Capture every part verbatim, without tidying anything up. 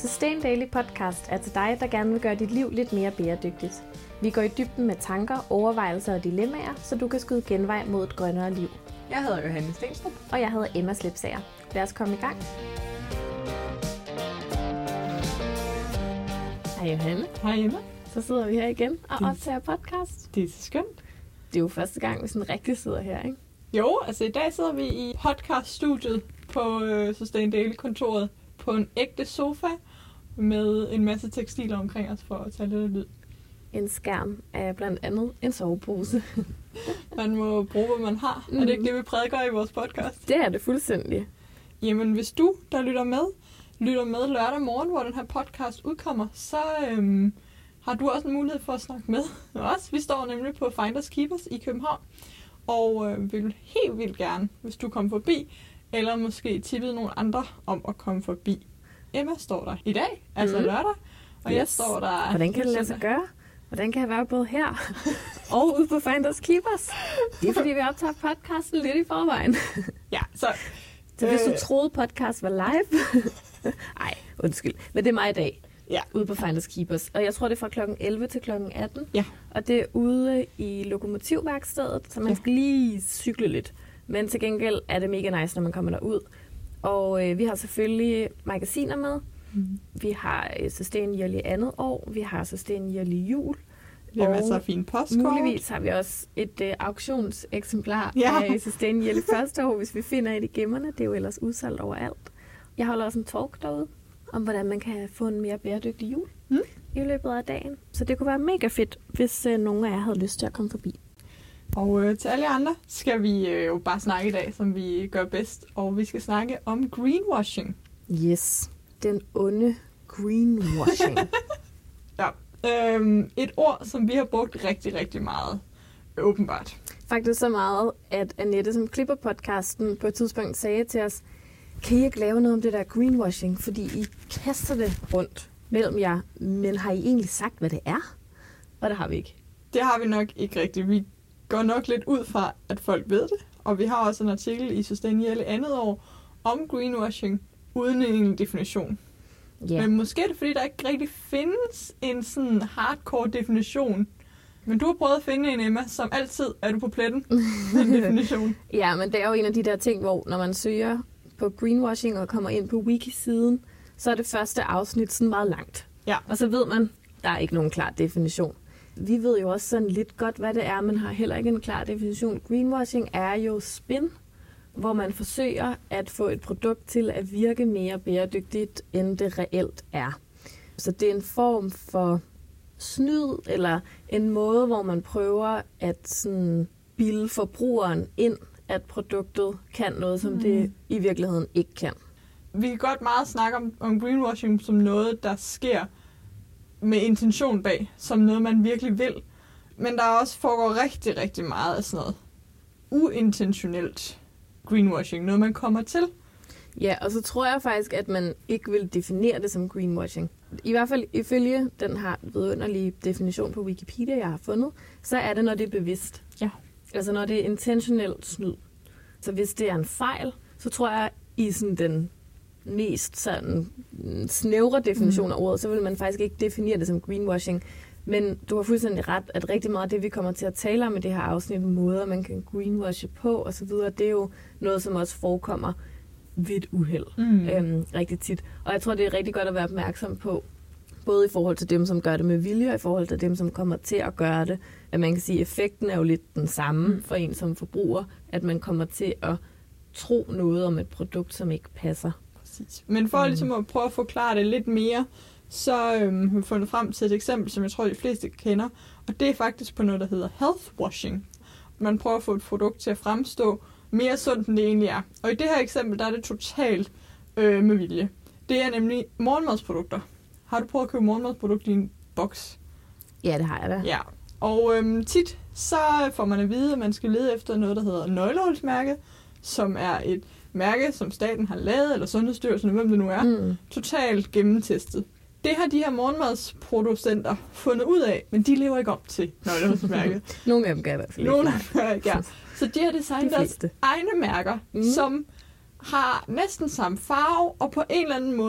Sustain Daily Podcast er til dig, der gerne vil gøre dit liv lidt mere bæredygtigt. Vi går i dybden med tanker, overvejelser og dilemmaer, så du kan skyde genvej mod et grønnere liv. Jeg hedder Johanne Stenstrup. Og jeg hedder Emma Slipsager. Lad os komme i gang. Hej Johanne. Hej Emma. Så sidder vi her igen og Det- optager podcast. Det er så skønt. Det er jo første gang, vi sådan rigtig sidder her, ikke? Jo, altså i dag sidder vi i podcaststudiet på øh, Sustain Daily-kontoret på en ægte sofa med en masse tekstiler omkring os for at tage lidt lyd. En skærm af blandt andet en sovepose. Man må bruge, hvad man har. Mm. Er det ikke det, vi prædiker i vores podcast? Det er det fuldstændig. Jamen, hvis du, der lytter med, lytter med lørdag morgen, hvor den her podcast udkommer, så øhm, har du også en mulighed for at snakke med os. Vi står nemlig på Finders Keepers i København, og øh, vil helt vildt gerne, hvis du kommer forbi, eller måske tippede nogle andre om at komme forbi. Emma står der i dag, altså Mm. lørdag, og Yes. jeg står der... Hvordan kan det lade sig gøre? Hvordan kan jeg være både her og ude på Finders Keepers? Det er fordi, vi optager podcasten lidt i forvejen. Ja, så... Så hvis du Øh. troede, podcast var live... Ej, undskyld. Men det er mig i dag. Ja. Ude på Finders Keepers. Og jeg tror, det er fra klokken elleve til klokken atten. Ja. Og det er ude i lokomotivværkstedet, så man skal lige cykle lidt. Men til gengæld er det mega nice, når man kommer derud. Og øh, vi har selvfølgelig magasiner med. Mm. Vi har øh, Sustain Yearly andet år. Vi har Sustain Yearly jul. Det er Og masser af fine postkort. Muligvis har vi også et øh, auktionseksemplar Ja. af Sustain Yearly første år, hvis vi finder et i gemmerne. Det er jo ellers udsolgt overalt. Jeg holder også en talk derude, om hvordan man kan få en mere bæredygtig jul Mm. i løbet af dagen. Så det kunne være mega fedt, hvis øh, nogen af jer havde lyst til at komme forbi. Og øh, til alle jer andre skal vi øh, jo bare snakke i dag, som vi gør bedst. Og vi skal snakke om greenwashing. Yes, den onde greenwashing. Ja. Øhm, et ord, som vi har brugt rigtig, rigtig meget, åbenbart. Faktisk så meget, at Annette, som klipper podcasten, på et tidspunkt sagde til os, kan I ikke lave noget om det der greenwashing, fordi I kaster det rundt mellem jer, men har I egentlig sagt, hvad det er? Og det har vi ikke. Det har vi nok ikke rigtigt. Vi går nok lidt ud fra, at folk ved det. Og vi har også en artikel i Sustain Yearly andet år om greenwashing, uden en definition. Ja. Men måske er det, fordi der ikke rigtig findes en sådan hardcore definition. Men du har prøvet at finde en, Emma, som altid er du på pletten med en definition. Ja, men det er jo en af de der ting, hvor når man søger på greenwashing og kommer ind på wiki-siden, så er det første afsnit sådan meget langt. Ja. Og så ved man, der er ikke nogen klar definition. Vi ved jo også sådan lidt godt, hvad det er, men har heller ikke en klar definition. Greenwashing er jo spin, hvor man forsøger at få et produkt til at virke mere bæredygtigt, end det reelt er. Så det er en form for snyd, eller en måde, hvor man prøver at sådan bilde forbrugeren ind, at produktet kan noget, som mm. det i virkeligheden ikke kan. Vi kan godt meget snakke om, om greenwashing som noget, der sker med intention bag, som noget, man virkelig vil. Men der også foregår rigtig, rigtig meget af sådan noget uintentionelt greenwashing, noget man kommer til. Ja, og så tror jeg faktisk, at man ikke vil definere det som greenwashing. I hvert fald ifølge den her vidunderlige definition på Wikipedia, jeg har fundet, så er det, når det er bevidst. Ja. Altså når det er intentionelt snyd. Så hvis det er en fejl, så tror jeg i sådan den mest sådan snævre definition af ordet, så vil man faktisk ikke definere det som greenwashing. Men du har fuldstændig ret, at rigtig meget af det, vi kommer til at tale om i det her afsnit, måder man kan greenwashe på osv., det er jo noget, som også forekommer ved et uheld Mm. øhm, rigtig tit. Og jeg tror, det er rigtig godt at være opmærksom på, både i forhold til dem, som gør det med vilje, og i forhold til dem, som kommer til at gøre det. At man kan sige, at effekten er jo lidt den samme Mm. for en som forbruger, at man kommer til at tro noget om et produkt, som ikke passer. Præcis. Men for Mm. ligesom at prøve at forklare det lidt mere, så øhm, har vi fundet frem til et eksempel, som jeg tror, de fleste kender. Og det er faktisk på noget, der hedder health washing. Man prøver at få et produkt til at fremstå mere sundt, end det egentlig er. Og i det her eksempel, der er det totalt øh, med vilje. Det er nemlig morgenmadsprodukter. Har du prøvet at købe morgenmadsprodukter i en boks? Ja, det har jeg da. Ja. Og øhm, tit så får man at vide, at man skal lede efter noget, der hedder nøglehulsmærke, som er et mærke, som staten har lavet, eller Sundhedsstyrelsen, hvem det nu er, Mm. totalt gennemtestet. Det har de her morgenmadsproducenter fundet ud af, men de lever ikke op til nøglehulsmærket. Nogle af dem gør i hvert fald Nogle ikke. af dem gør, ja. Så de har designet De deres fleste. egne mærker, Mm. som har næsten samme farve, og på en eller anden måde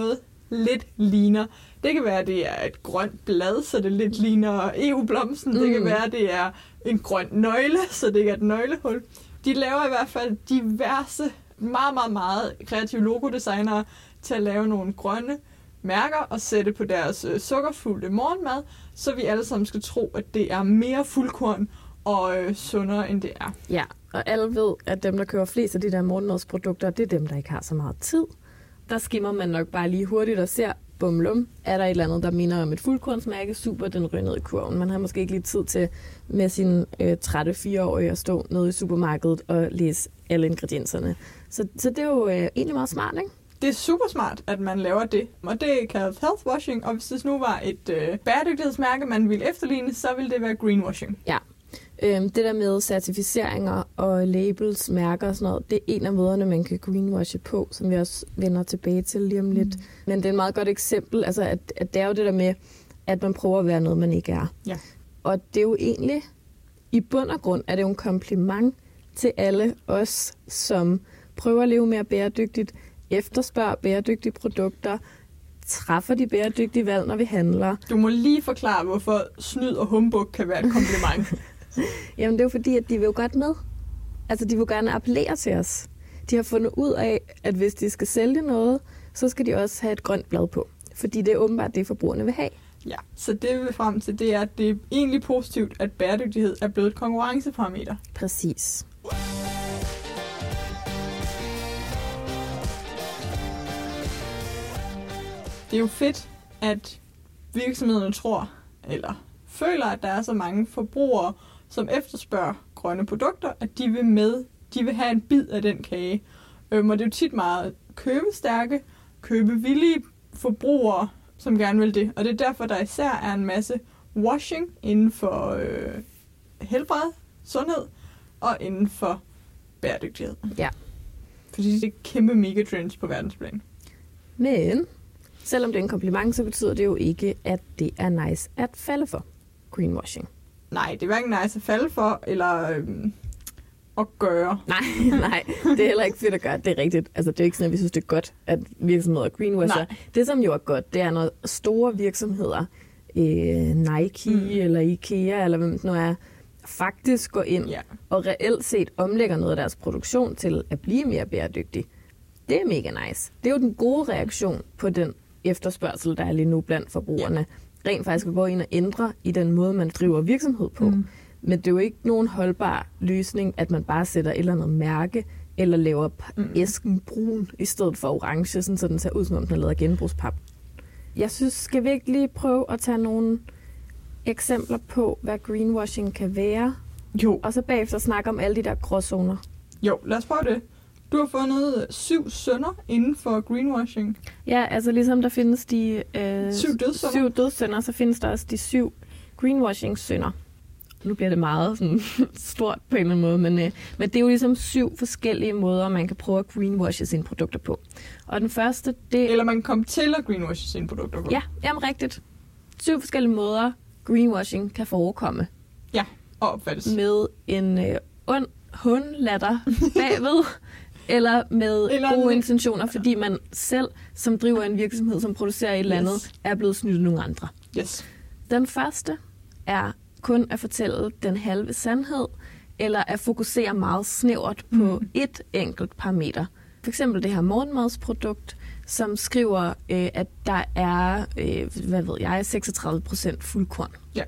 lidt ligner. Det kan være, at det er et grønt blad, så det lidt ligner E U-blomsten. Mm. Det kan være, at det er en grøn nøgle, så det ikke er et nøglehul. De laver i hvert fald diverse, meget, meget, meget kreative logodesignere til at lave nogle grønne mærker og sætte på deres øh, sukkerfulde morgenmad, så vi alle sammen skal tro, at det er mere fuldkorn og øh, sundere, end det er. Ja, og alle ved, at dem, der køber flest af de der morgenmadsprodukter, det er dem, der ikke har så meget tid. Der skimmer man nok bare lige hurtigt og ser, bumlum, er der et eller andet, der minder om et fuldkornsmærke, super, den ryger ned i kurven. Man har måske ikke lige tid til med sin øh, trætte fireårige at stå nede i supermarkedet og læse alle ingredienserne. Så, så det er jo øh, egentlig meget smart, ikke? Det er super smart, at man laver det, og det kaldes health washing, og hvis det nu var et øh, bæredygtighedsmærke, man ville efterligne, så ville det være greenwashing. Ja. Øhm, det der med certificeringer og labels, mærker og sådan noget, det er en af måderne, man kan greenwashe på, som vi også vender tilbage til lige om lidt. Mm. Men det er et meget godt eksempel, altså at, at det er jo det der med, at man prøver at være noget, man ikke er. Ja. Og det er jo egentlig, i bund og grund, er det jo en kompliment til alle os, som prøver at leve mere bæredygtigt, efterspørger bæredygtige produkter, træffer de bæredygtige valg, når vi handler. Du må lige forklare, hvorfor snyd og humbug kan være et kompliment. Jamen, det er jo fordi, at de vil jo godt med. Altså, de vil gerne appellere til os. De har fundet ud af, at hvis de skal sælge noget, så skal de også have et grønt blad på. Fordi det er åbenbart det, forbrugerne vil have. Ja, så det vi vil frem til, det er, at det er egentlig positivt, at bæredygtighed er blevet et konkurrenceparameter. Præcis. Det er jo fedt, at virksomhederne tror, eller føler, at der er så mange forbrugere, som efterspørger grønne produkter, at de vil med, de vil have en bid af den kage. Øhm, og det er jo tit meget købestærke, købevillige forbrugere, som gerne vil det. Og det er derfor, der især er en masse washing inden for øh, helbred, sundhed og inden for bæredygtighed. Ja. Fordi det er kæmpe megatrends på verdensplan. Men selvom det er en kompliment, så betyder det jo ikke, at det er nice at falde for greenwashing. Nej, det er hverken nice at falde for, eller øhm, at gøre. Nej, nej, det er heller ikke fedt at gøre. Det er rigtigt. Altså, det er ikke sådan, at vi synes, det er godt, at virksomheder greenwasher. Nej. Det, som jo er godt, det er, når store virksomheder, øh, Nike mm. eller IKEA, eller hvem det nu er, faktisk går ind ja. og reelt set omlægger noget af deres produktion til at blive mere bæredygtig. Det er mega nice. Det er jo den gode reaktion på den efterspørgsel, der er lige nu blandt forbrugerne. Ja. Rent faktisk at gå ind og ændre i den måde, man driver virksomhed på. Mm. Men det er jo ikke nogen holdbar løsning, at man bare sætter et eller andet mærke, eller laver mm. æsken brun i stedet for orange, sådan, så den ser ud, som om den er lavet af genbrugspap. Jeg synes, skal vi ikke lige prøve at tage nogle eksempler på, hvad greenwashing kan være? Jo. Og så bagefter snakke om alle de der gråzoner. Jo, lad os prøve det. Du har fundet syv synder inden for greenwashing. Ja, altså ligesom der findes de øh, syv dødssynder. syv dødssynder, så findes der også de syv greenwashing-synder. Nu bliver det meget sådan, stort på en eller anden måde, men, øh, men det er jo ligesom syv forskellige måder, man kan prøve at greenwashe sine produkter på. Og den første, det... Eller man kan komme til at greenwashe sine produkter på. Ja, jamen rigtigt. Syv forskellige måder, greenwashing kan forekomme. Ja, og opfattes. Med en øh, ond hundlatter bagved, eller med eller gode en... intentioner, fordi man selv, som driver en virksomhed, som producerer et eller andet, yes. er blevet snydt af nogle andre. Yes. Den første er kun at fortælle den halve sandhed, eller at fokusere meget snævert på mm. et enkelt parameter. For eksempel det her morgenmadsprodukt, som skriver, øh, at der er, øh, hvad ved jeg, seksogtredive procent fuldkorn. Ja.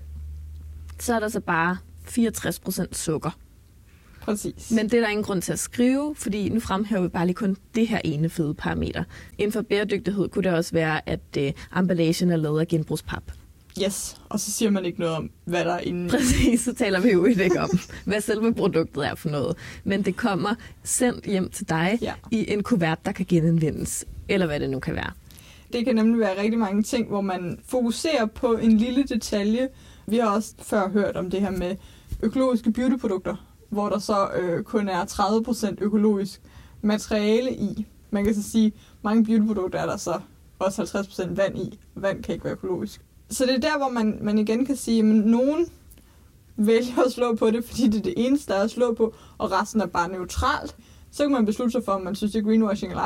Så er der så bare fireogtres procent sukker. Præcis. Men det er der ingen grund til at skrive, fordi nu fremhæver vi bare lige kun det her ene fede parameter. Inden for bæredygtighed kunne det også være, at øh, emballagen er lavet af genbrugspap. Yes, og så siger man ikke noget om, hvad der er inde. Præcis, så taler vi jo ikke om, hvad selve produktet er for noget. Men det kommer sendt hjem til dig ja. i en kuvert, der kan genanvendes, eller hvad det nu kan være. Det kan nemlig være rigtig mange ting, hvor man fokuserer på en lille detalje. Vi har også før hørt om det her med økologiske beautyprodukter, hvor der så øh, kun er tredive procent økologisk materiale i. Man kan så sige, mange beautyprodukter er der så også halvtreds procent vand i. Vand kan ikke være økologisk. Så det er der, hvor man, man igen kan sige, at nogen vælger at slå på det, fordi det er det eneste, der er at slå på, og resten er bare neutralt. Så kan man beslutte sig for, om man synes, det er greenwashing eller ej.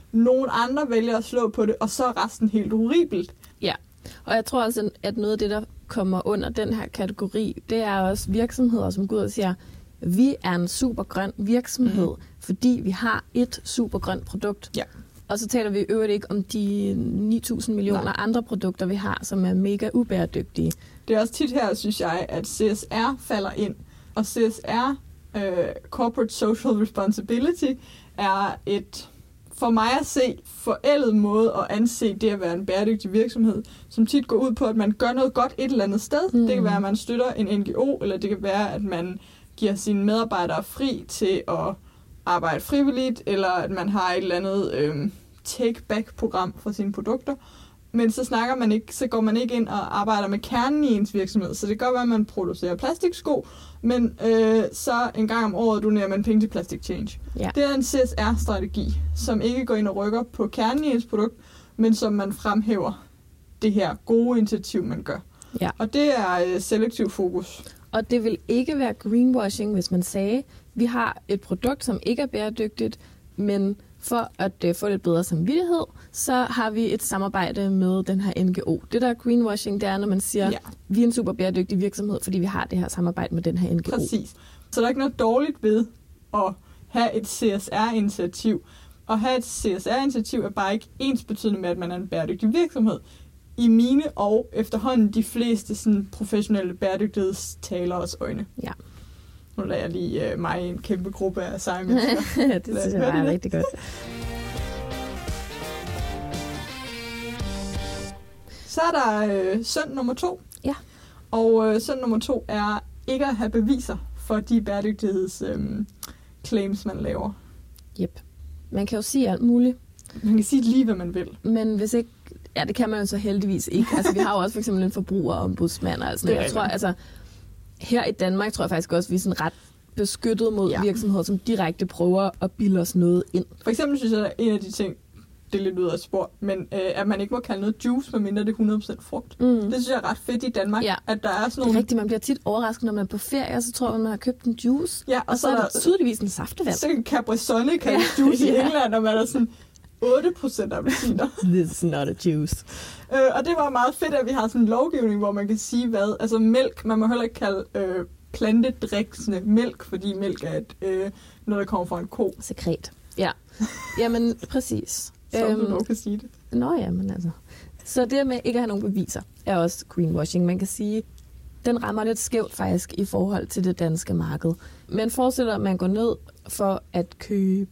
nogle andre vælger at slå på det, og så er resten helt horribelt. Ja, og jeg tror også, at noget af det, der kommer under den her kategori, det er også virksomheder, som går ud og siger, vi er en supergrøn virksomhed, mm. fordi vi har et supergrønt produkt. Ja. Og så taler vi i øvrigt ikke om de ni tusind millioner Nej. andre produkter, vi har, som er mega ubæredygtige. Det er også tit her, synes jeg, at C S R falder ind. Og C S R, uh, Corporate Social Responsibility, er et, for mig at se, forældet måde at anse det at være en bæredygtig virksomhed, som tit går ud på, at man gør noget godt et eller andet sted. Mm. Det kan være, at man støtter en N G O, eller det kan være, at man giver sine medarbejdere fri til at arbejde frivilligt, eller at man har et eller andet øhm, take-back-program for sine produkter. Men så snakker man ikke, så går man ikke ind og arbejder med kernen i ens virksomhed. Så det kan godt være, at man producerer plastiksko, men øh, så en gang om året donerer man penge til Plastic Change. Ja. Det er en C S R-strategi, som ikke går ind og rykker på kernen i ens produkt, men som man fremhæver det her gode initiativ, man gør. Ja. Og det er øh, selektiv fokus. Og det vil ikke være greenwashing, hvis man sagde, vi har et produkt, som ikke er bæredygtigt, men for at uh, få lidt bedre samvittighed, så har vi et samarbejde med den her N G O. Det der er greenwashing, det er, når man siger, ja. vi er en super bæredygtig virksomhed, fordi vi har det her samarbejde med den her N G O. Præcis. Så der er ikke noget dårligt ved at have et C S R-initiativ. At have et C S R-initiativ er bare ikke ensbetydende med, at man er en bæredygtig virksomhed. I mine og efterhånden de fleste sådan, professionelle bæredygtighedstalers øjne. Ja. Nu lader jeg lige uh, mig i en kæmpe gruppe af seje mennesker. Det synes jeg er rigtig godt. Så er der øh, synd nummer to. Ja. Og øh, synd nummer to er ikke at have beviser for de bæredygtigheds øh, claims, man laver. Yep. Man kan jo sige alt muligt. Man kan sige lige, hvad man vil. Men hvis ikke... Ja, det kan man jo så heldigvis ikke. Altså, vi har jo også for eksempel en forbrugerombudsmand. Altså, jeg tror, altså... Her i Danmark tror jeg faktisk også, at vi er sådan ret beskyttet mod ja. virksomheder, som direkte prøver at bilde os noget ind. For eksempel synes jeg, at en af de ting, det er lidt ud af spor, men øh, at man ikke må kalde noget juice, medmindre det er hundrede procent frugt. Mm. Det synes jeg er ret fedt i Danmark, ja. at der er sådan nogle... Det er rigtigt, man bliver tit overrasket, når man er på ferie, og så tror man, man har købt en juice, ja, og, og så, så er der tydeligvis en saftevand. Så kan Capri-Sonne kalde ja. juice i England, og man er sådan otte procent appelsiner. This is not a juice. Øh, og det var meget fedt, at vi har sådan en lovgivning, hvor man kan sige, hvad... Altså mælk, man må heller ikke kalde øh, plantedriksende mælk, fordi mælk er et, øh, noget, der kommer fra en ko. Sekret. Ja. Jamen, præcis. Så øhm, du kan sige det. Nå ja, men altså... Så det med ikke at have nogen beviser, er også greenwashing. Man kan sige, den rammer lidt skævt faktisk i forhold til det danske marked. Man forestiller, at man går ned for at købe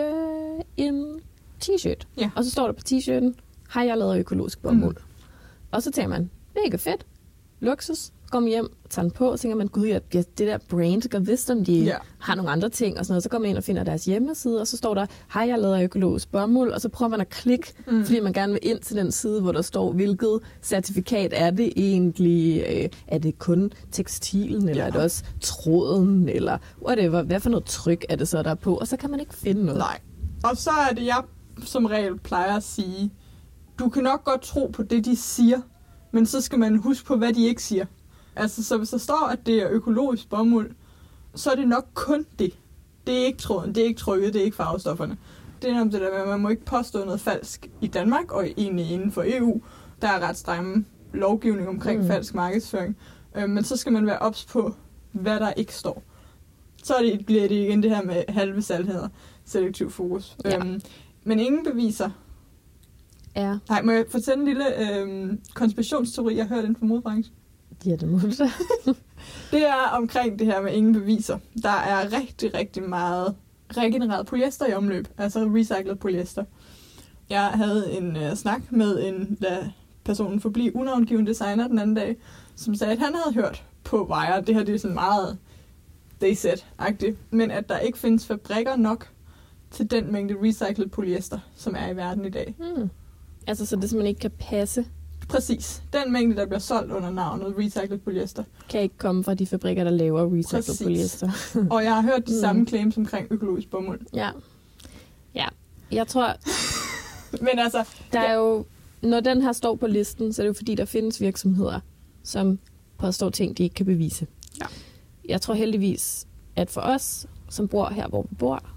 en t-shirt. Ja. Og så står der på t-shirten, har jeg lavet økologisk bomuld. Mm. Og så tænker man, mega fedt, luksus, kommer hjem, tager den på, og tænker man, gud, ja, det der brand gør vist, om de yeah. har nogle andre ting, og sådan noget. Så går man ind og finder deres hjemmeside, og så står der, har jeg lavet økologisk bomuld, og så prøver man at klikke, mm. fordi man gerne vil ind til den side, hvor der står, hvilket certifikat er det egentlig? Øh, er det kun tekstilen, eller yeah. er det også tråden, eller whatever, hvad for noget tryk er det så, der er på? Og så kan man ikke finde noget. Nej. Og så er det, jeg som regel plejer at sige, du kan nok godt tro på det, de siger, men så skal man huske på, hvad de ikke siger. Altså, så hvis der står, at det er økologisk bomuld, så er det nok kun det. Det er ikke tråden, det er ikke trykket, det er ikke farvestofferne. Det er det der med, at man må ikke påstå noget falsk i Danmark, og egentlig inden for E U. Der er ret stramme lovgivning omkring mm. falsk markedsføring. Øh, men så skal man være ops på, hvad der ikke står. Så er det, bliver det igen det her med halve sandheder, selektiv fokus. Ja. Øhm, men ingen beviser. Ja. Nej, må jeg fortælle en lille øhm, konspirationsteori, jeg har hørt inden for modebranchen? Ja, det må du da. Det er omkring det her med ingen beviser. Der er rigtig, rigtig meget regenereret polyester i omløb. Altså recyclet polyester. Jeg havde en øh, snak med en da personen forblive unavngiven designer den anden dag, som sagde, at han havde hørt på Wire. Det her det er sådan meget they said-agtigt. Men at der ikke findes fabrikker nok til den mængde recyclet polyester, som er i verden i dag. Hmm. Altså, så det simpelthen ikke kan passe? Præcis. Den mængde, der bliver solgt under navnet recyclet polyester. Kan ikke komme fra de fabrikker, der laver recyclet Præcis. polyester. Og jeg har hørt de mm. samme claims omkring økologisk bomuld. Ja. Ja. Jeg tror... Men altså... Der ja. er jo... Når den her står på listen, så er det jo fordi, der findes virksomheder, som påstår ting, de ikke kan bevise. Ja. Jeg tror heldigvis, at for os, som bor her, hvor vi bor,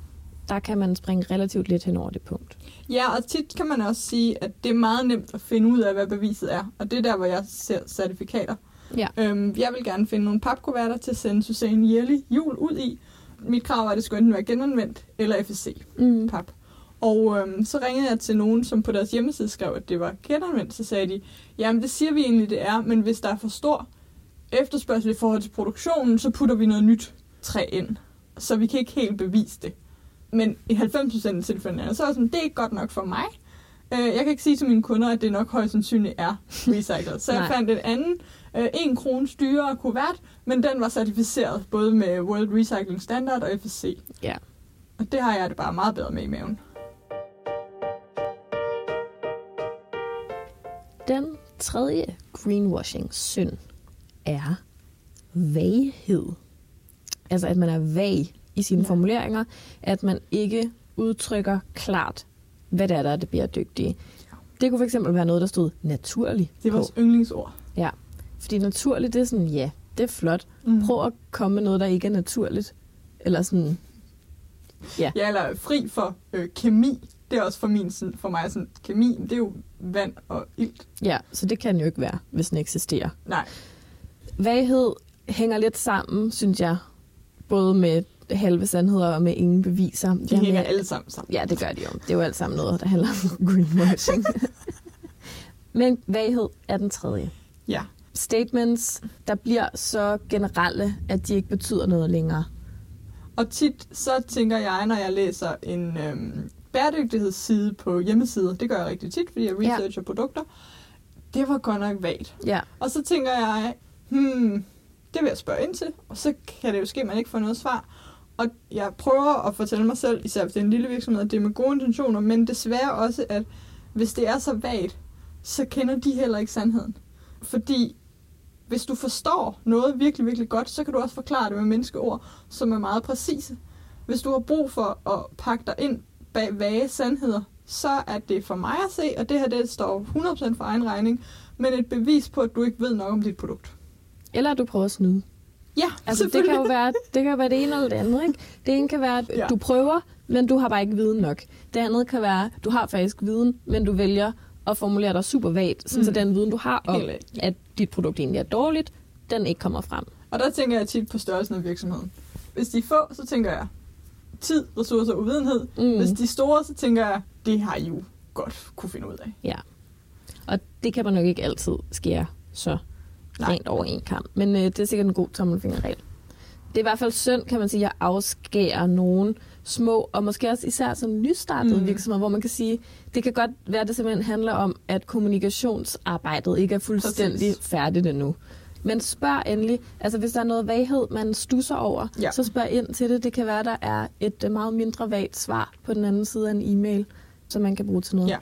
der kan man springe relativt lidt hen over det punkt. Ja, og tit kan man også sige, at det er meget nemt at finde ud af, hvad beviset er. Og det er der, hvor jeg ser certifikater. Ja. Øhm, jeg vil gerne finde nogle papkuverter til at sende Suzanne Yearly jul ud i. Mit krav var, at det skulle enten være genanvendt eller F S C-pap. Mm. Og øhm, så ringede jeg til nogen, som på deres hjemmeside skrev, at det var genanvendt. Så sagde de, jamen det siger vi egentlig, det er, men hvis der er for stor efterspørgsel i forhold til produktionen, så putter vi noget nyt træ ind. Så vi kan ikke helt bevise det. Men i halvfems procent af tilfældene, så er sådan, det er ikke godt nok for mig. Jeg kan ikke sige til mine kunder, at det nok højst sandsynligt er recyclet. Så jeg fandt et andet, en krones dyrere kuvert, men den var certificeret både med World Recycling Standard og F S C. Ja. Og det har jeg det bare meget bedre med i maven. Den tredje greenwashing-synd er vaghed. Altså, at man er vag i sine ja. formuleringer, at man ikke udtrykker klart, hvad det er, der er det bæredygtige. Ja. Det kunne fx være noget, der stod naturligt. Det er vores yndlingsord. Ja, fordi naturligt, det er sådan, ja, det er flot. Mm. Prøv at komme med noget, der ikke er naturligt. Eller sådan, ja. Ja, eller fri for øh, kemi. Det er også for, min, sådan, for mig sådan, kemi, det er jo vand og ilt. Ja, så det kan jo ikke være, hvis den eksisterer. Nej. Vaghed hænger lidt sammen, synes jeg, både med halve sandheder og med ingen beviser. De hænger med, alle sammen sammen. Ja, det gør de jo. Det er jo alt sammen noget, der handler om greenwashing. Men vaghed er den tredje. Ja. Statements, der bliver så generelle, at de ikke betyder noget længere. Og tit så tænker jeg, når jeg læser en øhm, bæredygtighedsside på hjemmesider, det gør jeg rigtig tit, fordi jeg researcher ja. produkter, det var godt nok vagt. Ja. Og så tænker jeg, hmm, det vil jeg spørge ind til, og så kan det jo ske, at man ikke får noget svar. Og jeg prøver at fortælle mig selv, især hvis det er en lille virksomhed, at det er med gode intentioner, men desværre også, at hvis det er så vagt, så kender de heller ikke sandheden. Fordi hvis du forstår noget virkelig, virkelig godt, så kan du også forklare det med menneskeord, som er meget præcise. Hvis du har brug for at pakke dig ind bag vage sandheder, så er det for mig at se, og det her det står hundrede procent for egen regning, men et bevis på, at du ikke ved nok om dit produkt. Eller at du prøver at snyde. Ja, altså, det kan jo være det kan jo være det ene eller det andet, ikke? Det ene kan være, at ja. du prøver, men du har bare ikke viden nok. Det andet kan være, at du har faktisk viden, men du vælger at formulere dig super vagt, mm. så den viden, du har om, at dit produkt egentlig er dårligt, den ikke kommer frem. Og der tænker jeg tit på størrelsen af virksomheden. Hvis de er få, så tænker jeg tid, ressourcer og uvidenhed. Mm. Hvis de er store, så tænker jeg, det har I jo godt kunne finde ud af. Ja, og det kan man nok ikke altid skære så rent over en kamp. Men øh, det er sikkert en god tommelfingerregel. Det er i hvert fald synd, kan man sige, at afskære nogle små, og måske også især sådan nystartede mm. virksomheder, hvor man kan sige, det kan godt være, at det simpelthen handler om, at kommunikationsarbejdet ikke er fuldstændig Præcis. færdigt endnu. Men spørg endelig, altså hvis der er noget vaghed, man stusser over, ja. så spørg ind til det. Det kan være, der er et meget mindre vagt svar på den anden side af en e-mail, som man kan bruge til noget. Ja.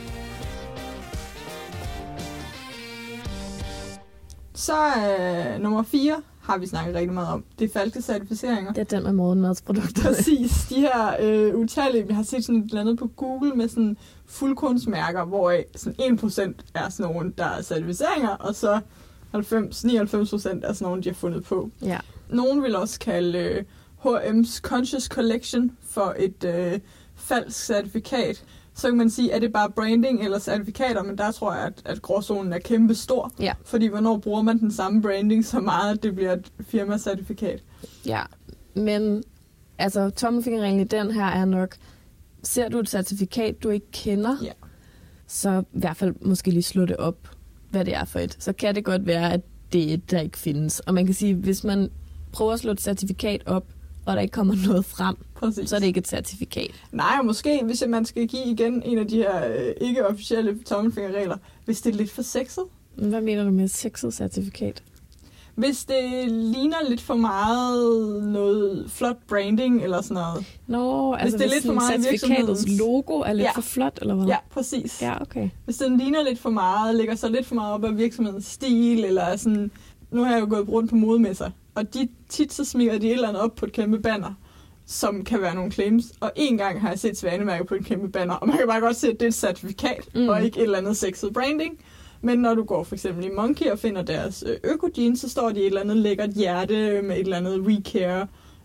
Så øh, nummer fire har vi snakket rigtig meget om. Det er falske certificeringer. Det er den med morgenmadsprodukter. Præcis. De her øh, utallige, vi har set sådan et eller andet på Google med sådan fuldkornsmærker, hvor sådan en procent er sådan nogle, der er certificeringer, og så halvfems til nioghalvfems procent er sådan nogle, de har fundet på. Ja. Nogen vil også kalde øh, H og M's Conscious Collection for et øh, falsk certifikat. Så kan man sige, at det bare branding eller certifikater, men der tror jeg, at, at gråzonen er kæmpe stor. Ja. Fordi hvornår bruger man den samme branding så meget, at det bliver et firmacertifikat? Ja, men altså tommelfingerreglen i den her er nok, ser du et certifikat, du ikke kender, ja. så i hvert fald måske lige slå det op, hvad det er for et. Så kan det godt være, at det er et, der ikke findes. Og man kan sige, hvis man prøver at slå et certifikat op, og der ikke kommer noget frem, Præcis. så er det ikke et certifikat. Nej, og måske, hvis man skal give igen en af de her øh, ikke-officielle tommelfingerregler, hvis det er lidt for sexet. Hvad mener du med sexet certifikat? Hvis det ligner lidt for meget noget flot branding eller sådan noget. Nå, hvis altså det er hvis lidt for meget certifikatets logo er lidt ja. for flot, eller hvad? Ja, præcis. Ja, okay. Hvis den ligner lidt for meget, lægger sig lidt for meget op af virksomhedens stil, eller sådan. Nu har jeg jo gået rundt på modemesser, og de, tit så smider de et eller andet op på et kæmpe banner, som kan være nogle claims. Og en gang har jeg set Svanemærke på et kæmpe banner, og man kan bare godt se, at det er et certifikat, mm. og ikke et eller andet sexet branding. Men når du går for eksempel i Monkey og finder deres økojeans, så står de et eller andet lækkert hjerte med et eller andet We Care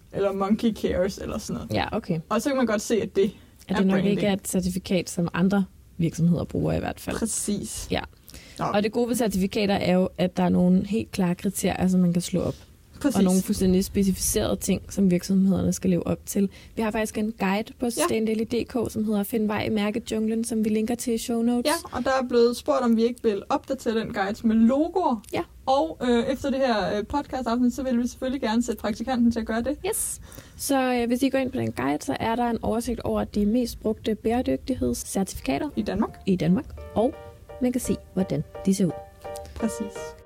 eller Monkey Cares, eller sådan noget. Ja, okay. Og så kan man godt se, at det At er det nok branding. ikke er et certifikat, som andre virksomheder bruger i hvert fald. Præcis. Ja. Nå. Og det gode ved certifikater er jo, at der er nogle helt klare kriterier, som man kan slå op. Præcis. Og nogle fuldstændig specificerede ting, som virksomhederne skal leve op til. Vi har faktisk en guide på sustaindaily punktum d k, som hedder Find vej i mærkejunglen, som vi linker til i show notes. Ja, og der er blevet spurgt, om vi ikke vil opdatere den guide med logoer. Ja. Og øh, efter det her øh, podcast-afsnit, så vil vi selvfølgelig gerne sætte praktikanten til at gøre det. Yes. Så øh, hvis I går ind på den guide, så er der en oversigt over de mest brugte bæredygtighedscertifikater I Danmark. i Danmark. Og man kan se, hvordan de ser ud. Præcis.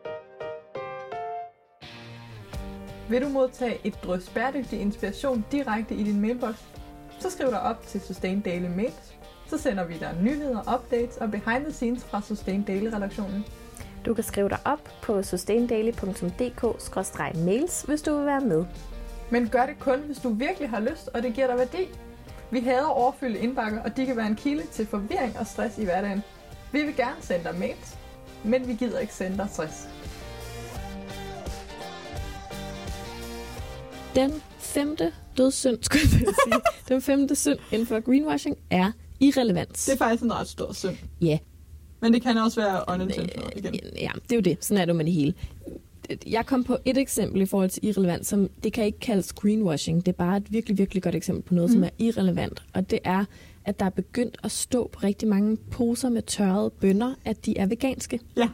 Vil du modtage et drøs bæredygtig inspiration direkte i din mailbox? Så skriv dig op til Sustain Daily Mails. Så sender vi dig nyheder, updates og behind the scenes fra Sustain Daily-redaktionen. Du kan skrive dig op på sustaindaily punktum d k skråstreg mails, hvis du vil være med. Men gør det kun, hvis du virkelig har lyst, og det giver dig værdi. Vi hader overfyldte indbakker, og de kan være en kilde til forvirring og stress i hverdagen. Vi vil gerne sende dig mails, men vi gider ikke sende dig stress. Den femte dødssynd, skulle jeg til at sige. Den femte synd inden for greenwashing er irrelevans. Det er faktisk en ret stor synd. Ja. Men det kan også være unintentional igen. Ja, det er jo det. Sådan er det jo med det hele. Jeg kom på et eksempel i forhold til irrelevans, som det kan ikke kaldes greenwashing. Det er bare et virkelig, virkelig godt eksempel på noget, mm. som er irrelevant. Og det er, at der er begyndt at stå på rigtig mange poser med tørrede bønner, at de er veganske. Ja.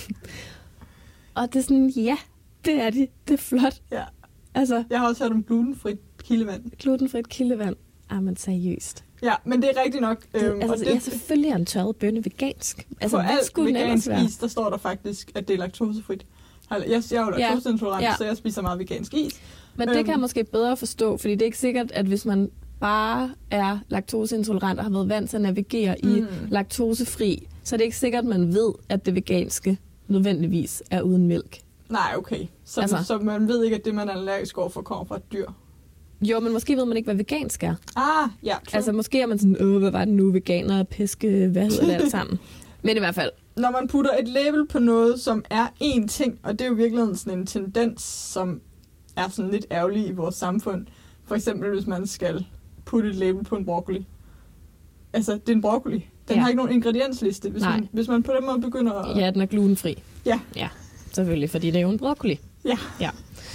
Og det er sådan, ja, det er de. Det er flot. Ja. Altså, Jeg har også hørt om glutenfrit kildevand. glutenfrit kildevand. Ah, men seriøst. Ja, men det er rigtigt nok. Det, øhm, altså, og det, ja, selvfølgelig er en tørret bønne vegansk. Altså, på hvad alt skulle den ellers vegansk være? is, der står der faktisk, at det er laktosefrit. Jeg, jeg er jo Ja. laktoseintolerant, Ja. så jeg spiser meget vegansk is. Men det Øhm. kan jeg måske bedre forstå, fordi det er ikke sikkert, at hvis man bare er laktoseintolerant og har været vant til at navigere mm. i laktosefri, så er det ikke sikkert, at man ved, at det veganske nødvendigvis er uden mælk. Nej, okay. Så, Altså. altså. så man ved ikke, at det, man er allergisk overfor, kommer fra et dyr. Jo, men måske ved man ikke, hvad vegansk er. Ah, ja, true. Altså måske er man sådan, åh, hvad var det nu, veganer, piske, hvad hedder det alt sammen? Men i hvert fald, Når man putter et label på noget, som er én ting, og det er jo virkelig sådan en tendens, som er sådan lidt ærgerlig i vores samfund. For eksempel, hvis man skal putte et label på en broccoli. Altså, det er en broccoli. Den Ja. har ikke nogen ingrediensliste. Hvis man, hvis man på den måde begynder at... ja, den er glutenfri. Ja. Ja, selvfølgelig, fordi det er jo en broccoli. Ja. Ja.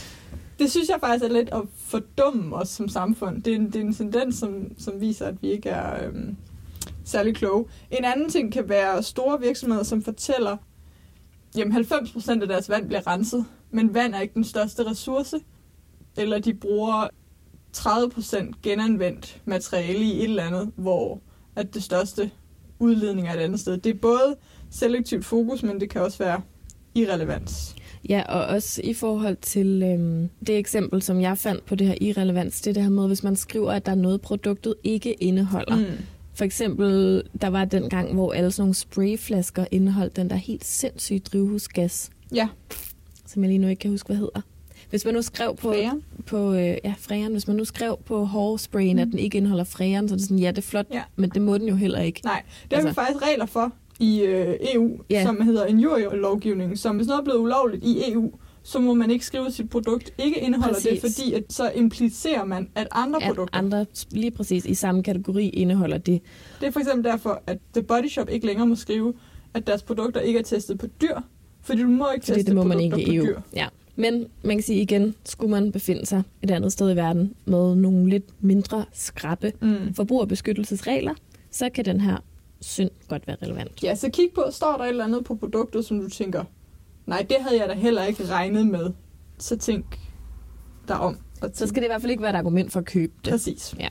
Det synes jeg faktisk er lidt at fordumme os som samfund. Det er en, det er en tendens, som, som viser, at vi ikke er øhm, særlig kloge. En anden ting kan være store virksomheder, som fortæller, jamen halvfems procent af deres vand bliver renset, men vand er ikke den største ressource. Eller de bruger tredive procent genanvendt materiale i et eller andet, hvor at det største udledning er et andet sted. Det er både selektivt fokus, men det kan også være irrelevans. Ja, og også i forhold til øhm, det eksempel, som jeg fandt på det her irrelevans, det er det her med, hvis man skriver, at der er noget, produktet ikke indeholder. Mm. For eksempel, der var den gang, hvor alle sådan nogle sprayflasker indeholdt den der helt sindssyge drivhusgas. Ja. Som jeg lige nu ikke kan huske, hvad hedder. Hvis man nu skrev på... Freon? på øh, ja, freon. Hvis man nu skrev på hårsprayen, mm. at den ikke indeholder freon, så er det sådan, ja, det er flot, ja. men det må den jo heller ikke. Nej, det har altså, vi faktisk regler for i øh, E U, ja. som hedder injurielovgivning, som hvis noget er blevet ulovligt i E U, så må man ikke skrive, at sit produkt ikke indeholder præcis. Det, fordi at så implicerer man, at andre at produkter... andre lige præcis i samme kategori indeholder det. Det er for eksempel derfor, at The Body Shop ikke længere må skrive, at deres produkter ikke er testet på dyr, fordi du må ikke fordi teste det må produkter man ikke på i E U. dyr. Ja. Men man kan sige igen, skulle man befinde sig et andet sted i verden med nogle lidt mindre skrappe mm. forbrugerbeskyttelsesregler, så kan den her synd godt være relevant. Ja, så kig på, står der et eller andet på produktet, som du tænker, nej, det havde jeg da heller ikke regnet med. Så tænk dig om. Og så skal det i hvert fald ikke være et argument for at købe det. Præcis. Ja.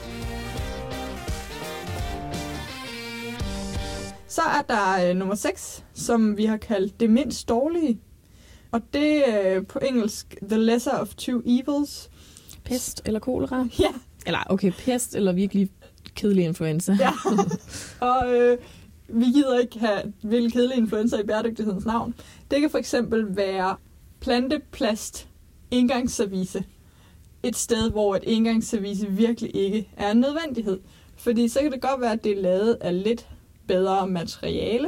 Så er der øh, nummer seks, som vi har kaldt det mindst dårlige. Og det er øh, på engelsk The Lesser of Two Evils. Pest eller kolera? Ja. Eller okay, pest eller virkelig kedelig influenza. Ja. Og øh, vi gider ikke have virkelig kedelig influenza i bæredygtighedens navn. Det kan for eksempel være planteplast engangsservice. Et sted, hvor et engangsservice virkelig ikke er en nødvendighed. Fordi så kan det godt være, at det er lavet af lidt bedre materiale,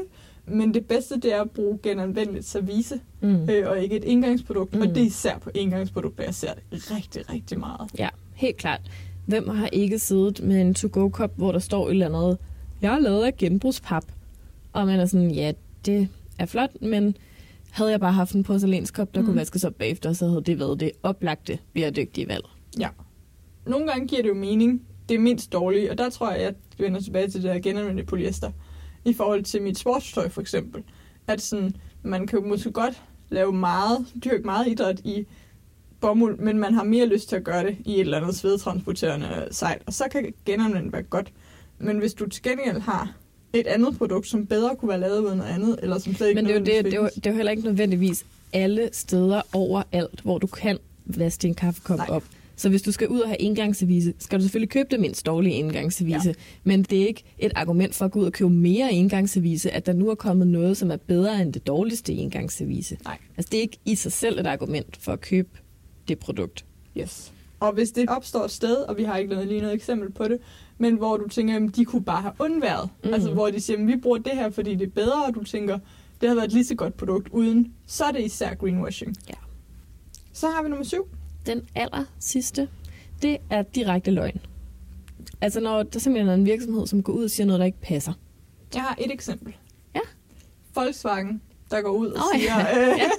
Men det bedste, det er at bruge genanvendeligt service, Mm. øh, og ikke et engangsprodukt. Mm. Og det er især på engangsprodukter, jeg ser det rigtig, rigtig meget. Ja, helt klart. Hvem har ikke siddet med en to-go-kop, hvor der står et eller andet, jeg er lavet af genbrugspap. Og man er sådan, ja, det er flot, men havde jeg bare haft en porcelænskop, der mm. kunne vaskes op bagefter, så havde det været det oplagte bæredygtige valg. Ja. Nogle gange giver det jo mening. Det er mindst dårligt, og der tror jeg, at jeg vender tilbage til det her genanvendte polyester. I forhold til mit sportstøj for eksempel. At sådan, man kan jo måske godt lave meget, dyrke meget idræt i bomuld, men man har mere lyst til at gøre det i et eller andet svedtransporterende sejl. Og så kan genanvende være godt. Men hvis du til gengæld har et andet produkt, som bedre kunne være lavet ud af noget andet, eller som slet ikke Men det er, jo det, det, er jo, findes. det er jo heller ikke nødvendigvis alle steder overalt, hvor du kan vaske din kaffekop Nej. op. Så hvis du skal ud og have engangsservice, skal du selvfølgelig købe det mindst dårlige engangsservice. Ja. Men det er ikke et argument for at gå ud og købe mere engangsservice, at der nu er kommet noget, som er bedre end det dårligste engangsservice. Nej. Altså det er ikke i sig selv et argument for at købe det produkt. Yes. Og hvis det opstår et sted, og vi har ikke noget, lige noget eksempel på det, men hvor du tænker, at de kunne bare have undværet. Mm. Altså hvor de siger, at vi bruger det her, fordi det er bedre, og du tænker, det har været et lige så godt produkt uden, så er det især greenwashing. Ja. Så har vi nummer syv. Den aller sidste, det er direkte løgn. Altså når der simpelthen er en virksomhed, som går ud og siger noget, der ikke passer. Jeg har et eksempel. Ja. Volkswagen, der går ud og oh, siger, ja. øh, Ja.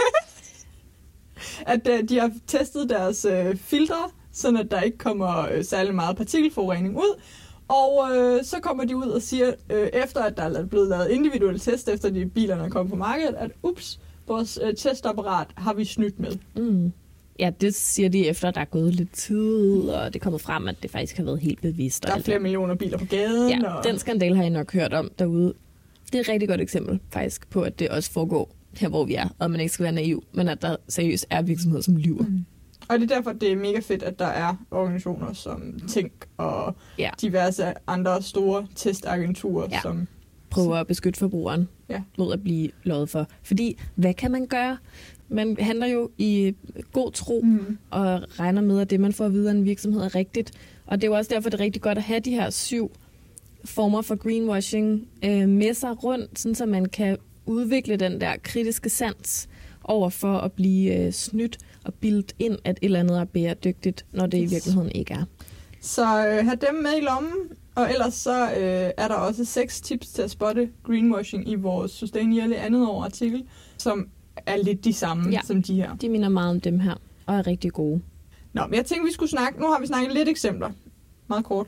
at øh, de har testet deres øh, filtre, sådan at der ikke kommer øh, særlig meget partikelforurening ud. Og øh, så kommer de ud og siger, øh, efter at der er blevet lavet individuelle test, efter de bilerne er kommet på markedet, at ups, vores øh, testapparat har vi snydt med. Mm. Ja, det siger de efter, at der er gået lidt tid, og det er kommet frem, at det faktisk har været helt bevidst. Der er flere millioner biler på gaden. Ja, og... den skandal har jeg nok hørt om derude. Det er et rigtig godt eksempel faktisk på, at det også foregår her, hvor vi er, og man ikke skal være naiv, men at der seriøst er virksomheder, som lyver. Mm. Og det er derfor, det er mega fedt, at der er organisationer som Tænk og ja. diverse andre store testagenturer, ja. som prøver at beskytte forbrugeren ja. mod at blive løjet for. Fordi, hvad kan man gøre? Man handler jo i god tro mm. og regner med, at det, man får at vide af en virksomhed, er rigtigt. Og det er jo også derfor, det er rigtig godt at have de her syv former for greenwashing øh, med sig rundt, sådan så man kan udvikle den der kritiske sans over for at blive øh, snydt og bildet ind, at et eller andet er bæredygtigt, når det yes. i virkeligheden ikke er. Så øh, have dem med i lommen, og ellers så øh, er der også seks tips til at spotte greenwashing i vores Sustain Yearly andet år artikel, som er lidt de samme ja. som de her. De minder meget om dem her, og er rigtig gode. Nå, men jeg tænkte, vi skulle snakke, nu har vi snakket lidt eksempler. Meget kort.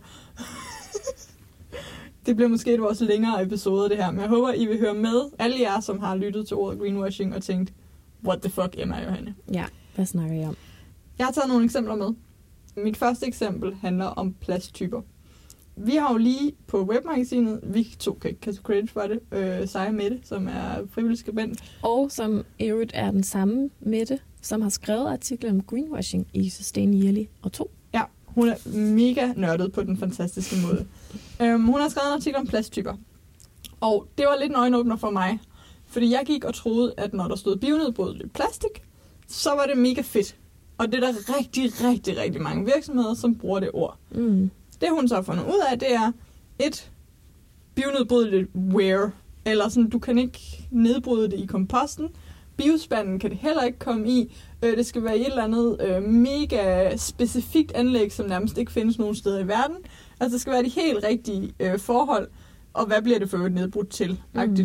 Det bliver måske et vores længere episode, det her, men jeg håber, I vil høre med, alle jer, som har lyttet til ordet greenwashing og tænkt, what the fuck, Emma og Johanne? Ja, hvad snakker I om? Jeg har taget nogle eksempler med. Mit første eksempel handler om plasttyper. Vi har jo lige på webmagasinet, vi to kan ikke tage credit for det, øh, Seja Mette, som er frivillig skribent. Og som i øvrigt er den samme Mette, som har skrevet artikler om greenwashing i Sustain Yearly og to. Ja, hun er mega nørdet på den fantastiske måde. øhm, hun har skrevet en artikel om plasttyper. Og det var lidt en øjenåbner for mig. Fordi jeg gik og troede, at når der stod bionedbrydeligt plastik, så var det mega fedt. Og det er der rigtig, rigtig, rigtig mange virksomheder, som bruger det ord. Mm. Det hun så har fundet ud af, det er et bionedbrydeligt wear. Eller sådan, du kan ikke nedbryde det i komposten. Biospanden kan det heller ikke komme i. Det skal være i et eller andet øh, mega specifikt anlæg, som nærmest ikke findes nogen steder i verden. Altså det skal være de helt rigtige øh, forhold. Og hvad bliver det for et nedbrudt til? Mm.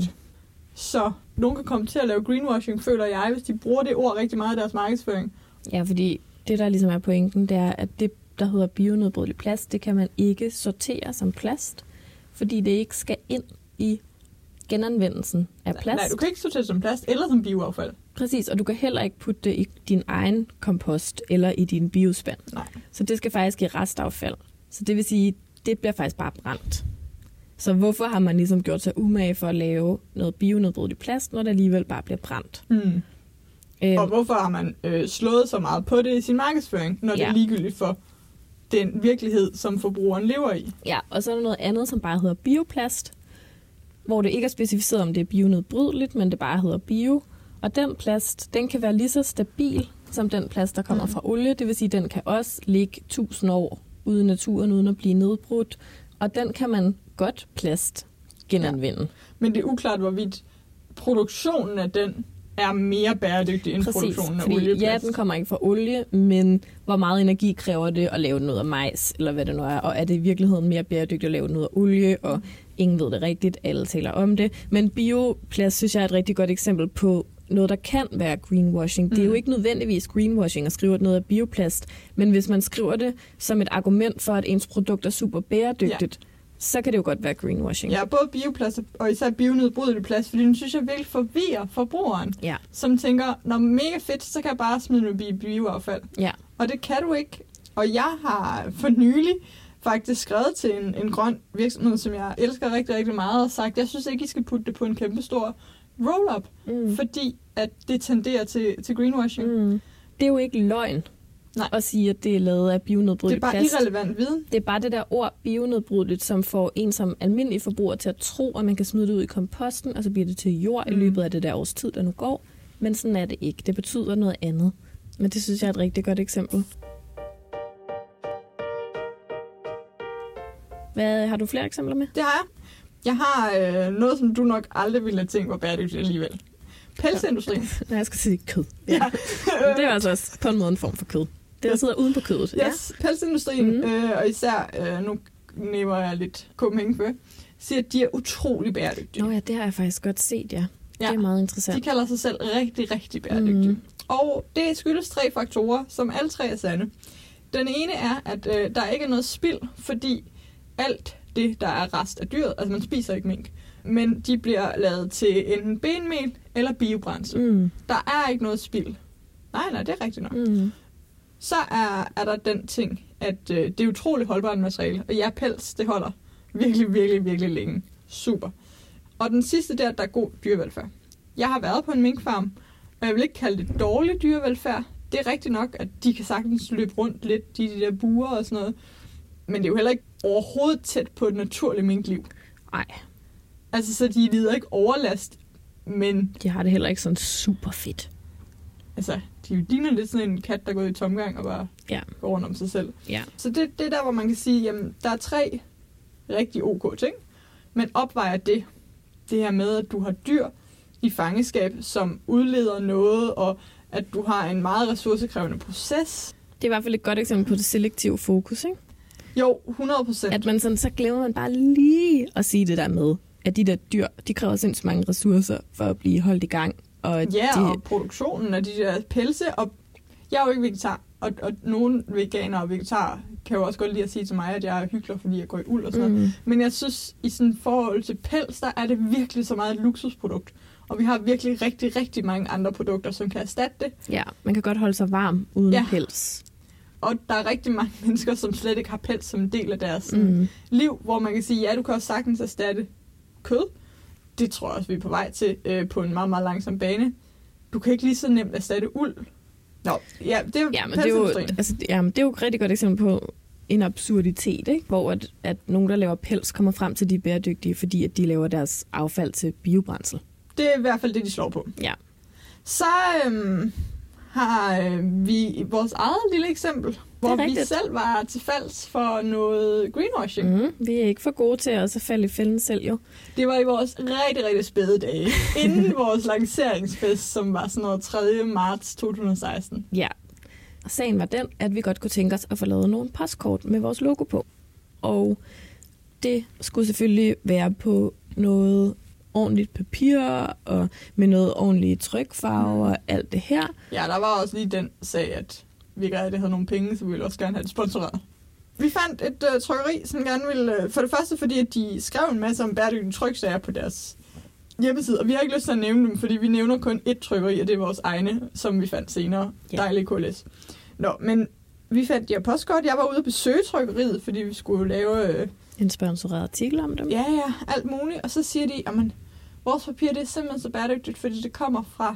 Så nogen kan komme til at lave greenwashing, føler jeg, hvis de bruger det ord rigtig meget i deres markedsføring. Ja, fordi det, der ligesom er pointen, det er, at det, der hedder bionedbrydeligt plast, det kan man ikke sortere som plast, fordi det ikke skal ind i genanvendelsen af plast. Nej, du kan ikke sortere som plast eller som bioaffald. Præcis, og du kan heller ikke putte det i din egen kompost eller i din biospand. Nej. Så det skal faktisk i restaffald. Så det vil sige, det bliver faktisk bare brændt. Så hvorfor har man ligesom gjort sig umage for at lave noget bionedbrydeligt plast, når det alligevel bare bliver brændt? Mm. Øhm. Og hvorfor har man øh, slået så meget på det i sin markedsføring, når ja. det er ligegyldigt for den virkelighed, som forbrugeren lever i? Ja, og så er der noget andet, som bare hedder bioplast, hvor det ikke er specificeret, om det er bionedbrydeligt, men det bare hedder bio. Og den plast, den kan være lige så stabil som den plast, der kommer mm. fra olie. Det vil sige, den kan også ligge tusind år ude i naturen, uden at blive nedbrudt. Og den kan man godt plast genanvende. Ja. Men det er uklart, hvorvidt produktionen af den er mere bæredygtig end Præcis, produktionen af fordi, olieplast. ja, den kommer ikke fra olie, men hvor meget energi kræver det at lave noget af majs, eller hvad det nu er, og er det i virkeligheden mere bæredygtigt at lave noget af olie, og ingen ved det rigtigt, alle taler om det. Men bioplast, synes jeg, er et rigtig godt eksempel på noget, der kan være greenwashing. Mm. Det er jo ikke nødvendigvis greenwashing at skrive noget af bioplast, men hvis man skriver det som et argument for, at ens produkt er super bæredygtigt, ja. så kan det jo godt være greenwashing. Ja, både bioplast og især bionedbrydelig plast, fordi den synes jeg virkelig forvirrer forbrugeren, ja. som tænker, når mega fedt, så kan jeg bare smide det i bioaffald. Ja. Og det kan du ikke. Og jeg har for nylig faktisk skrevet til en, en grøn virksomhed, som jeg elsker rigtig, rigtig meget, og sagt, jeg synes ikke, I skal putte det på en kæmpe stor roll-up, mm. fordi at det tenderer til, til greenwashing. Mm. Det er jo ikke løgn. Nej. At sige, at det er lavet af bionedbrydeligt plast. Det er bare irrelevant viden. Det er bare det der ord bionedbrydeligt, som får en som almindelig forbruger til at tro, at man kan smide det ud i komposten, og så bliver det til jord mm. i løbet af det der års tid, der nu går. Men sådan er det ikke. Det betyder noget andet. Men det synes jeg er et rigtig godt eksempel. Hvad, har du flere eksempler med? Det har jeg. Jeg har øh, noget, som du nok aldrig ville have tænkt var bæredygtigt alligevel. Pelsindustrin. Nej, jeg skal sige kød. Ja. Ja. Det er altså også på en måde en form for kød. Det der sidder uden på kødet. Yes, ja. Pelsindustrien, mm. øh, og især, øh, nu nævner jeg lidt Copenhagen før, siger, at de er utrolig bæredygtige. Nå ja, det har jeg faktisk godt set, ja. ja. Det er meget interessant. De kalder sig selv rigtig, rigtig bæredygtige. Mm. Og det skyldes tre faktorer, som alle tre er sande. Den ene er, at øh, der ikke er noget spild, fordi alt det, der er rest af dyret, altså man spiser ikke mink, men de bliver lavet til enten benmel eller biobrændsel. Mm. Der er ikke noget spild. Nej, nej, det er rigtigt nok. Mm. Så er, er der den ting, at øh, det er utroligt holdbart materiale, og ja, pels, det holder virkelig, virkelig, virkelig længe. Super. Og den sidste der, der er god dyrevelfærd. Jeg har været på en minkfarm, og jeg vil ikke kalde det dårlig dyrevelfærd. Det er rigtigt nok, at de kan sagtens løbe rundt lidt, de, de der buer og sådan noget. Men det er jo heller ikke overhovedet tæt på et naturligt minkliv. Nej. Altså, så de lider ikke overlast, men... De har det heller ikke sådan super fedt. Altså, de ligner lidt sådan en kat, der går i tomgang og bare ja. går rundt om sig selv. Ja. Så det, det er der, hvor man kan sige, jamen, der er tre rigtig ok ting, men opvejer det, det her med, at du har dyr i fangeskab, som udleder noget, og at du har en meget ressourcekrævende proces. Det er i hvert fald et godt eksempel på det selektive fokus, ikke? Jo, hundrede procent. At man sådan, så glemmer man bare lige at sige det der med, at de der dyr, de kræver sindssygt mange ressourcer for at blive holdt i gang. Og ja, de... og produktionen af de der pelse, og jeg er jo ikke vegetar, og, og nogle veganere og vegetarer kan jo også godt lide at sige til mig, at jeg er hyggelig, fordi jeg går i uld og sådan mm. noget. Men jeg synes, i sådan forhold til pels, der er det virkelig så meget et luksusprodukt. Og vi har virkelig rigtig, rigtig mange andre produkter, som kan erstatte det. Ja, man kan godt holde sig varm uden ja. pels. Og der er rigtig mange mennesker, som slet ikke har pels som en del af deres mm. liv, hvor man kan sige, ja, du kan også sagtens erstatte kød. Det tror jeg også, vi er på vej til øh, på en meget, meget langsom bane. Du kan ikke lige så nemt erstatte uld. Nå, ja, det er jo ja, men det er jo, altså, ja, men det er jo et rigtig godt eksempel på en absurditet, ikke? Hvor at, at nogen, der laver pels, kommer frem til, de er bæredygtige, fordi at de laver deres affald til biobrændsel. Det er i hvert fald det, de slår på. Ja. Så øhm, har øh, vi vores eget lille eksempel, hvor vi selv var til falds for noget greenwashing. Mm, vi er ikke for gode til at falde i fælden selv, jo. Det var i vores rigtig, rigtig spæde dage, inden vores lanceringsfest, som var sådan noget tredje marts to tusind og seksten. Ja, og sagen var den, at vi godt kunne tænke os at få lavet nogle postkort med vores logo på. Og det skulle selvfølgelig være på noget ordentligt papir, og med noget ordentligt trykfarve og alt det her. Ja, der var også lige den sag, at vi ikke rigtig havde nogle penge, så vi ville også gerne have det sponsoreret. Vi fandt et uh, trykkeri, som gerne ville... Uh, for det første, fordi at de skrev en masse om bæredygtige tryksager på deres hjemmeside, og vi har ikke lyst til at nævne dem, fordi vi nævner kun ét trykkeri, og det er vores egne, som vi fandt senere. Ja. Dejlige K L S. Nå, men vi fandt de her postkort. Jeg var ude at besøge trykkeriet, fordi vi skulle lave... Uh, en sponsoreret artikel om dem. Ja, ja, alt muligt. Og så siger de, at vores papir det er simpelthen så bæredygtigt, fordi det kommer fra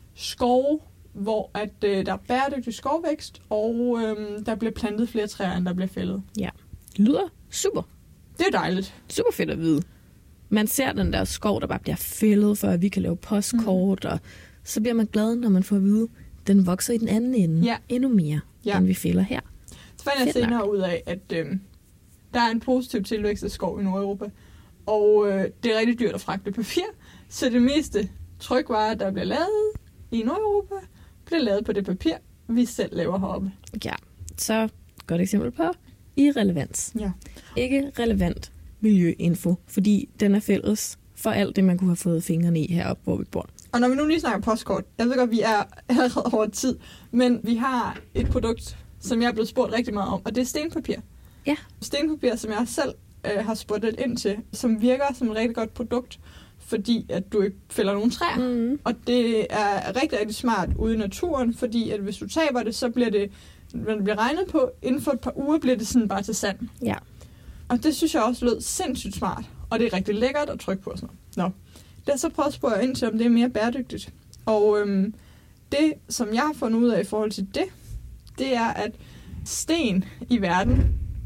skove, hvor at, øh, der er bæredygtig skovvækst, og øh, der bliver plantet flere træer, end der bliver fældet. Ja, det lyder super. Det er dejligt. Super fedt at vide. Man ser den der skov, der bare bliver fældet, for at vi kan lave postkort, mm. og så bliver man glad, når man får at vide, at den vokser i den anden ende ja. endnu mere, ja. end vi fælder her. Så fandt jeg senere nok. ud af, at øh, der er en positiv tilvækst af skov i Nordeuropa, og øh, det er rigtig dyrt at fragte papir, så det meste trykvarer, der bliver lavet i Nordeuropa, bliver lavet på det papir, vi selv laver heroppe. Ja, så godt eksempel på irrelevans. Ja. Ikke relevant miljøinfo, fordi den er fælles for alt det, man kunne have fået fingrene i heroppe, hvor vi bor. Og når vi nu lige snakker postkort, jeg ved godt, vi er allerede over tid, men vi har et produkt, som jeg er blevet spurgt rigtig meget om, og det er stenpapir. Ja. Stenpapir, som jeg selv øh, har spurgt lidt ind til, som virker som et rigtig godt produkt, fordi at du ikke fælder nogen træer. Mm. Og det er rigtig, rigtig smart ude i naturen, fordi at hvis du taber det, så bliver det, når det bliver regnet på, inden for et par uger bliver det sådan bare til sand. Ja. Og det synes jeg også lød sindssygt smart, og det er rigtig lækkert at trykke på og sådan noget. Nå. Det er så prøvet at spørge ind til, om det er mere bæredygtigt. Og øhm, det, som jeg har fundet ud af i forhold til det, det er, at sten i verden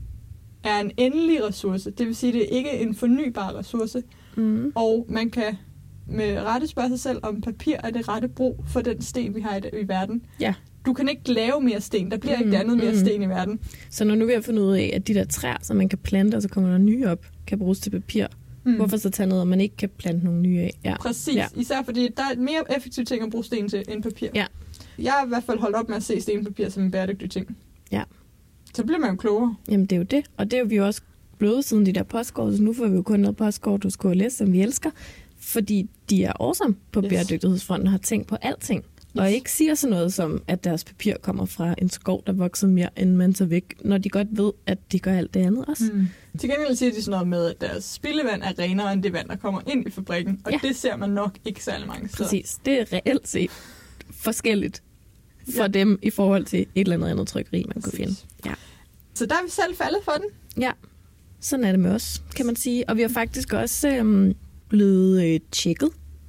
er en endelig ressource. Det vil sige, at det ikke er en fornybar ressource. Mm. Og man kan med rette spørge sig selv, om papir er det rette brug for den sten, vi har i, i verden. Ja. Du kan ikke lave mere sten. Der bliver mm. ikke andet mere mm. sten i verden. Så når nu vi har fundet ud af, at de der træer, som man kan plante, og så kommer der nye op, kan bruges til papir, mm. hvorfor så tage noget, man ikke kan plante nogle nye af? Ja. Præcis. Ja. Især fordi der er et mere effektivt ting at bruge sten til end papir. Ja. Jeg har i hvert fald holdt op med at se stenpapir som en bæredygtig ting. Ja. Så bliver man jo klogere. Jamen, det er jo det. Og det er jo vi jo også blevet siden de der postkort. Så nu får vi jo kun noget postkort hos K L S, som vi elsker. Fordi de er awesome på yes. bæredygtighedsfronten og har tænkt på alting. Yes. Og ikke siger sådan noget som, at deres papir kommer fra en skov, der vokser mere, end man tager væk, når de godt ved, at de gør alt det andet også. Mm. Til gengæld siger de sådan noget med, at deres spildevand er renere end det vand, der kommer ind i fabrikken. Og ja. Det ser man nok ikke særlig mange steder. Præcis. Det er reelt set forskelligt for ja. dem i forhold til et eller andet andet trykkeri, man Præcis. Kunne finde. Ja. Så der er vi selv faldet for den. Ja, sådan er det med os, kan man sige. Og vi har faktisk også øhm, blevet øh, tjekket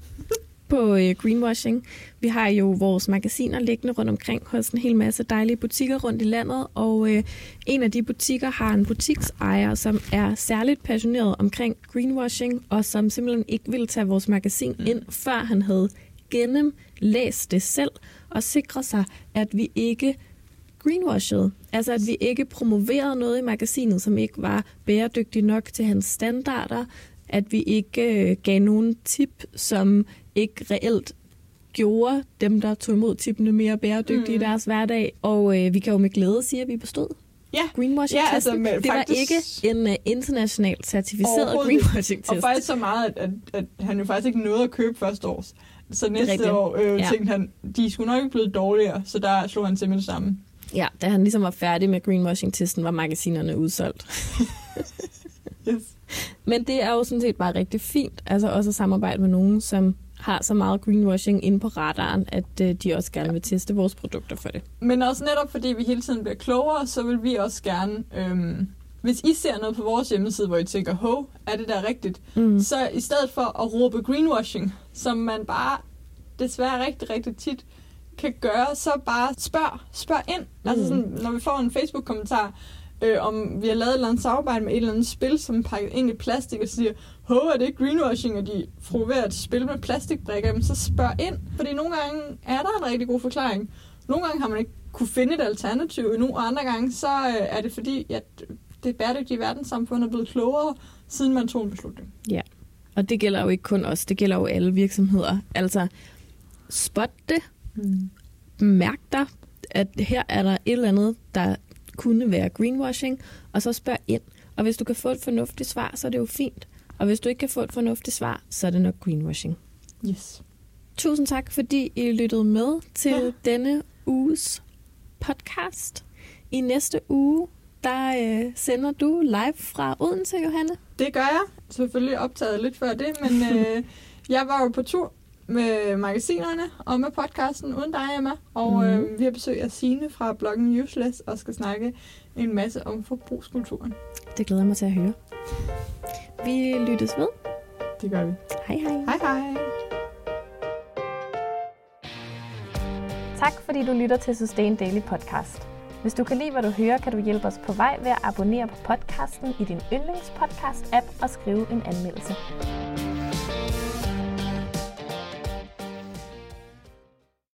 på øh, greenwashing. Vi har jo vores magasiner liggende rundt omkring hos en hel masse dejlige butikker rundt i landet, og øh, en af de butikker har en butiksejer, som er særligt passioneret omkring greenwashing, og som simpelthen ikke ville tage vores magasin mm. ind, før han havde gennemlæst det selv, og sikre sig, at vi ikke greenwashede. Altså, at vi ikke promoverede noget i magasinet, som ikke var bæredygtigt nok til hans standarder, at vi ikke øh, gav nogen tip, som ikke reelt gjorde dem, der tog imod tippene, mere bæredygtige mm. i deres hverdag. Og øh, vi kan jo med glæde sige, at vi bestod. Ja, greenwashing-testen. Ja, altså, det faktisk... var ikke en uh, internationalt certificeret greenwashing-test. Og faktisk så meget, at, at, at han jo faktisk ikke nåede at købe første års. Så næste år øh, ja. tænkte han, de skulle nok ikke blive dårligere, så der slog han simpelthen sammen. Ja, da han ligesom var færdig med greenwashing-testen, var magasinerne udsolgt. Yes. Men det er jo sådan set bare rigtig fint, altså også at samarbejde med nogen, som har så meget greenwashing inde på radaren, at øh, de også gerne vil teste vores produkter for det. Men også netop fordi vi hele tiden bliver klogere, så vil vi også gerne, øhm, hvis I ser noget på vores hjemmeside, hvor I tænker, hov, er det der rigtigt? Mm. Så i stedet for at råbe greenwashing, som man bare desværre rigtig, rigtig tit kan gøre, så bare spørg, spørg ind. Mm. Altså sådan, når vi får en Facebook-kommentar, Øh, om vi har lavet et eller andet samarbejde med et eller andet spil, som er pakket ind i plastik, og siger, hov, er det ikke greenwashing, og de provoverer at spille med plastikbrikker, så spørg ind, fordi nogle gange er der en rigtig god forklaring. Nogle gange har man ikke kunne finde et alternativ endnu, og andre gange så øh, er det fordi, at det bæredygtige verdenssamfund er blevet klogere, siden man tog en beslutning. Ja, og det gælder jo ikke kun os, det gælder jo alle virksomheder. Altså, spot det, mm. mærk dig, at her er der et eller andet, der kunne være greenwashing, og så spørg ind. Og hvis du kan få et fornuftigt svar, så er det jo fint. Og hvis du ikke kan få et fornuftigt svar, så er det nok greenwashing. Yes. Tusind tak, fordi I lyttede med til ja. denne uges podcast. I næste uge, der øh, sender du live fra Odense, Johanne. Det gør jeg. Selvfølgelig optaget lidt før det, men øh, jeg var jo på tur med magasinerne og med podcasten uden dig, Emma. Og mm. øh, vi har besøg af Signe fra bloggen Useless og skal snakke en masse om forbrugskulturen. Det glæder mig til at høre. Vi lyttes ved. Det gør vi. Hej hej. Hej hej. Tak fordi du lytter til Sustain Daily Podcast. Hvis du kan lide, hvad du hører, kan du hjælpe os på vej ved at abonnere på podcasten i din yndlingspodcast-app og skrive en anmeldelse.